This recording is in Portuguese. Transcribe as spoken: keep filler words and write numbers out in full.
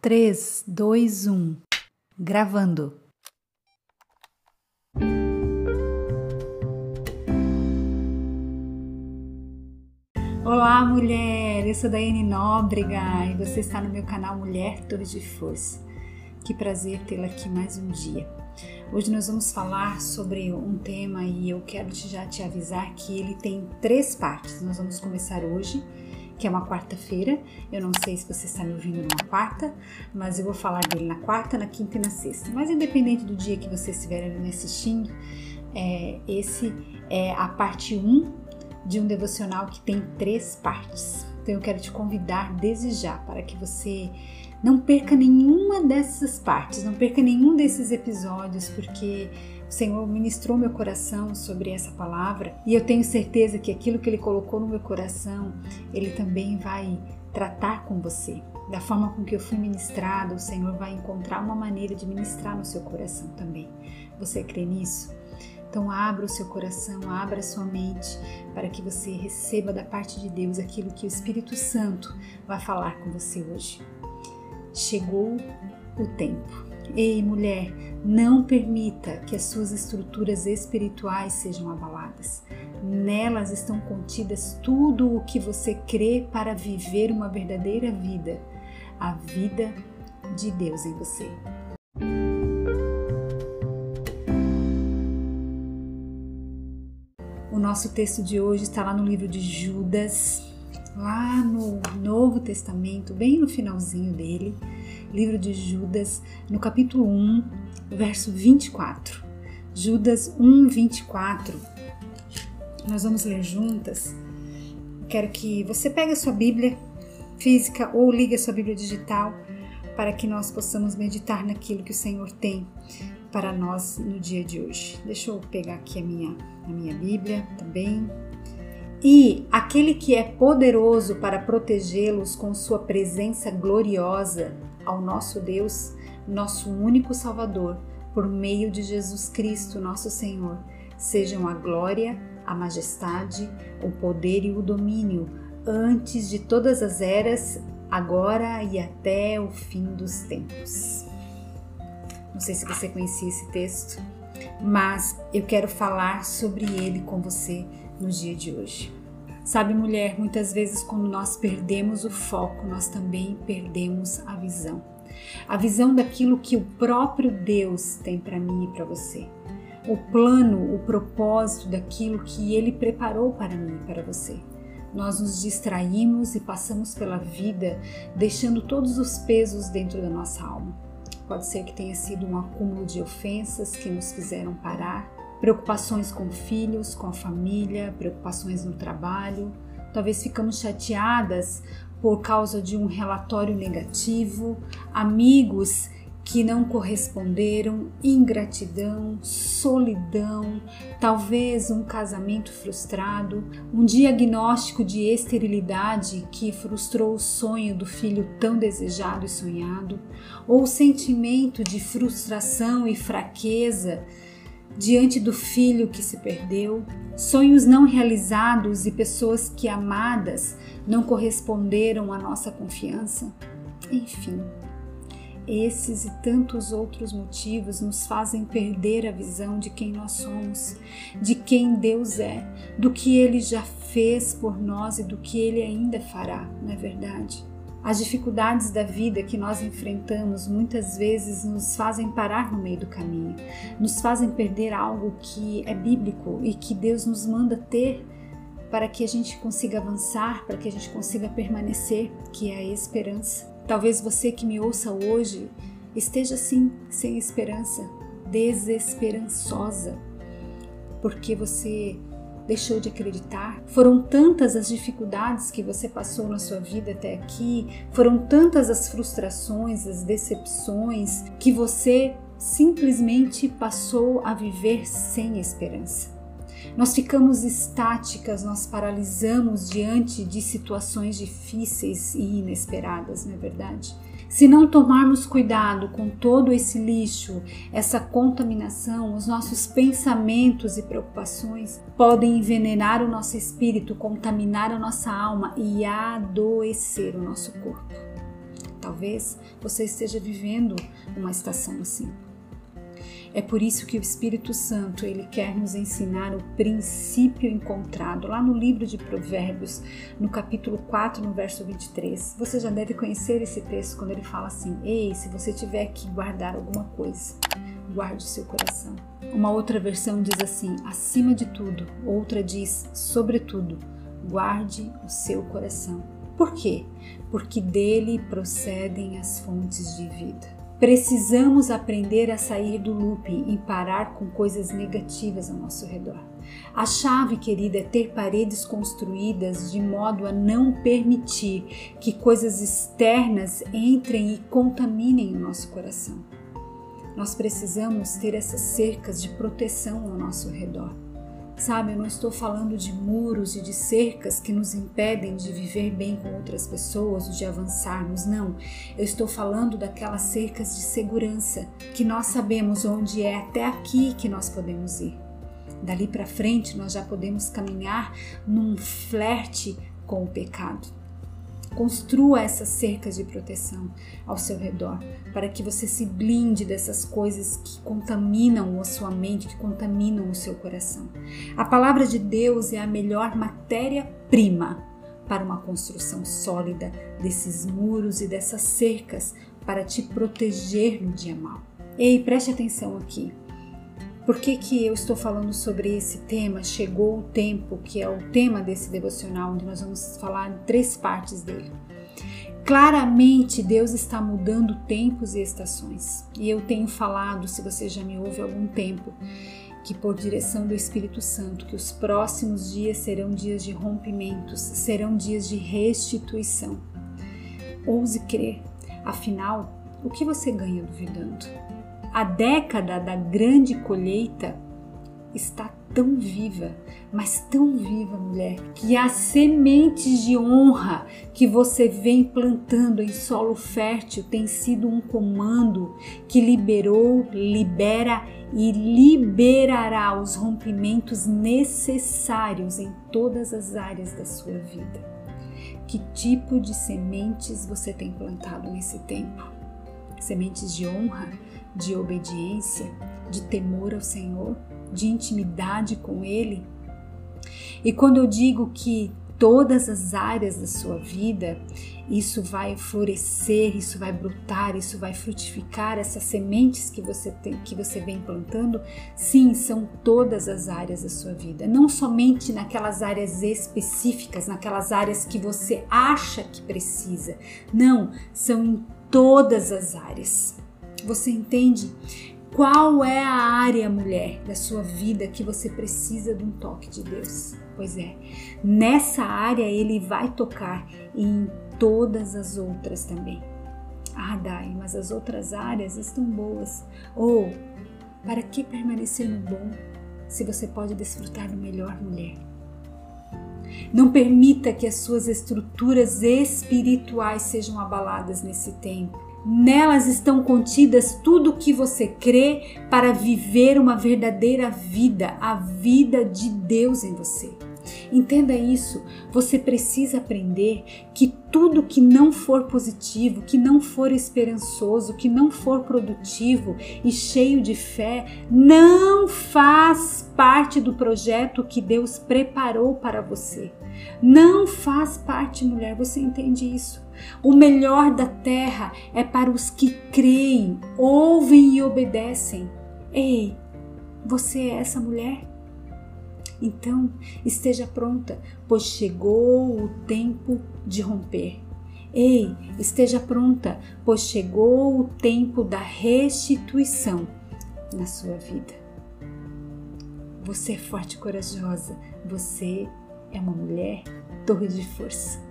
três, dois, um. Gravando. Olá, mulher! Eu sou Daiane Nóbrega e você está no meu canal Mulher Torre de Força. Que prazer tê-la aqui mais um dia. Hoje nós vamos falar sobre um tema e eu quero já te avisar que ele tem três partes. Nós vamos começar hoje, que é uma quarta-feira. Eu não sei se você está me ouvindo numa quarta, mas eu vou falar dele na quarta, na quinta e na sexta. Mas independente do dia que você estiver me assistindo, é, esse é a parte um de um devocional que tem três partes. Então eu quero te convidar desde já para que você não perca nenhuma dessas partes, não perca nenhum desses episódios, porque o Senhor ministrou meu coração sobre essa palavra e eu tenho certeza que aquilo que Ele colocou no meu coração, Ele também vai tratar com você. Da forma com que eu fui ministrada, o Senhor vai encontrar uma maneira de ministrar no seu coração também. Você crê nisso? Então abra o seu coração, abra a sua mente para que você receba da parte de Deus aquilo que o Espírito Santo vai falar com você hoje. Chegou o tempo. Ei, mulher, não permita que as suas estruturas espirituais sejam abaladas. Nelas estão contidas tudo o que você crê para viver uma verdadeira vida, a vida de Deus em você. O nosso texto de hoje está lá no livro de Judas, lá no Novo Testamento, bem no finalzinho dele, livro de Judas, no capítulo um, verso vinte e quatro. Judas um, vinte e quatro. Nós vamos ler juntas. Quero que você pegue a sua Bíblia física ou ligue a sua Bíblia digital para que nós possamos meditar naquilo que o Senhor tem para nós no dia de hoje. Deixa eu pegar aqui a minha, a minha Bíblia também. E aquele que é poderoso para protegê-los com sua presença gloriosa, ao nosso Deus, nosso único Salvador, por meio de Jesus Cristo, nosso Senhor, sejam a glória, a majestade, o poder e o domínio, antes de todas as eras, agora e até o fim dos tempos. Não sei se você conhecia esse texto, mas eu quero falar sobre ele com você no dia de hoje. Sabe, mulher, muitas vezes quando nós perdemos o foco, nós também perdemos a visão. A visão daquilo que o próprio Deus tem para mim e para você. O plano, o propósito daquilo que Ele preparou para mim e para você. Nós nos distraímos e passamos pela vida deixando todos os pesos dentro da nossa alma. Pode ser que tenha sido um acúmulo de ofensas que nos fizeram parar, preocupações com filhos, com a família, preocupações no trabalho. Talvez ficamos chateadas por causa de um relatório negativo, amigos que não corresponderam, ingratidão, solidão, talvez um casamento frustrado, um diagnóstico de esterilidade que frustrou o sonho do filho tão desejado e sonhado, ou o sentimento de frustração e fraqueza diante do filho que se perdeu, sonhos não realizados e pessoas que amadas não corresponderam à nossa confiança. Enfim, esses e tantos outros motivos nos fazem perder a visão de quem nós somos, de quem Deus é, do que Ele já fez por nós e do que Ele ainda fará, não é verdade? As dificuldades da vida que nós enfrentamos muitas vezes nos fazem parar no meio do caminho, nos fazem perder algo que é bíblico e que Deus nos manda ter para que a gente consiga avançar, para que a gente consiga permanecer, que é a esperança. Talvez você que me ouça hoje esteja assim, sem esperança, desesperançosa, porque você deixou de acreditar. Foram tantas as dificuldades que você passou na sua vida até aqui, foram tantas as frustrações, as decepções, que você simplesmente passou a viver sem esperança. Nós ficamos estáticas, nós paralisamos diante de situações difíceis e inesperadas, não é verdade? Se não tomarmos cuidado com todo esse lixo, essa contaminação, os nossos pensamentos e preocupações podem envenenar o nosso espírito, contaminar a nossa alma e adoecer o nosso corpo. Talvez você esteja vivendo uma estação assim. É por isso que o Espírito Santo, ele quer nos ensinar o princípio encontrado lá no livro de Provérbios, no capítulo quatro, no verso vinte e três. Você já deve conhecer esse texto quando ele fala assim: ei, se você tiver que guardar alguma coisa, guarde o seu coração. Uma outra versão diz assim: acima de tudo. Outra diz: sobretudo, guarde o seu coração. Por quê? Porque dele procedem as fontes de vida. Precisamos aprender a sair do looping e parar com coisas negativas ao nosso redor. A chave, querida, é ter paredes construídas de modo a não permitir que coisas externas entrem e contaminem o nosso coração. Nós precisamos ter essas cercas de proteção ao nosso redor. Sabe, eu não estou falando de muros e de cercas que nos impedem de viver bem com outras pessoas, de avançarmos, não. Eu estou falando daquelas cercas de segurança, que nós sabemos onde é até aqui que nós podemos ir. Dali para frente nós já podemos caminhar num flerte com o pecado. Construa essas cercas de proteção ao seu redor, para que você se blinde dessas coisas que contaminam a sua mente, que contaminam o seu coração. A palavra de Deus é a melhor matéria-prima para uma construção sólida desses muros e dessas cercas para te proteger no dia mau. Ei, preste atenção aqui. Por que que eu estou falando sobre esse tema? Chegou o tempo, que é o tema desse devocional, onde nós vamos falar em três partes dele. Claramente, Deus está mudando tempos e estações. E eu tenho falado, se você já me ouve há algum tempo, que por direção do Espírito Santo, que os próximos dias serão dias de rompimentos, serão dias de restituição. Ouse crer. Afinal, o que você ganha duvidando? A década da grande colheita está tão viva, mas tão viva, mulher, que as sementes de honra que você vem plantando em solo fértil tem sido um comando que liberou, libera e liberará os rompimentos necessários em todas as áreas da sua vida. Que tipo de sementes você tem plantado nesse tempo? Sementes de honra, de obediência, de temor ao Senhor, de intimidade com Ele? E quando eu digo que todas as áreas da sua vida, isso vai florescer, isso vai brotar, isso vai frutificar, essas sementes que você tem, que você vem plantando, sim, são todas as áreas da sua vida, não somente naquelas áreas específicas, naquelas áreas que você acha que precisa, não, são em todas as áreas. Você entende? Qual é a área, mulher, da sua vida que você precisa de um toque de Deus? Pois é, nessa área Ele vai tocar e em todas as outras também. Ah, Dai, mas as outras áreas estão boas. Ou, para que permanecer no bom se você pode desfrutar do melhor, mulher? Não permita que as suas estruturas espirituais sejam abaladas nesse tempo. Nelas estão contidas tudo o que você crê para viver uma verdadeira vida, a vida de Deus em você. Entenda isso, você precisa aprender que tudo que não for positivo, que não for esperançoso, que não for produtivo e cheio de fé, não faz parte do projeto que Deus preparou para você. Não faz parte, mulher, você entende isso? O melhor da terra é para os que creem, ouvem e obedecem. Ei, você é essa mulher? Então, esteja pronta, pois chegou o tempo de romper. Ei, esteja pronta, pois chegou o tempo da restituição na sua vida. Você é forte e corajosa, você é uma mulher torre de força.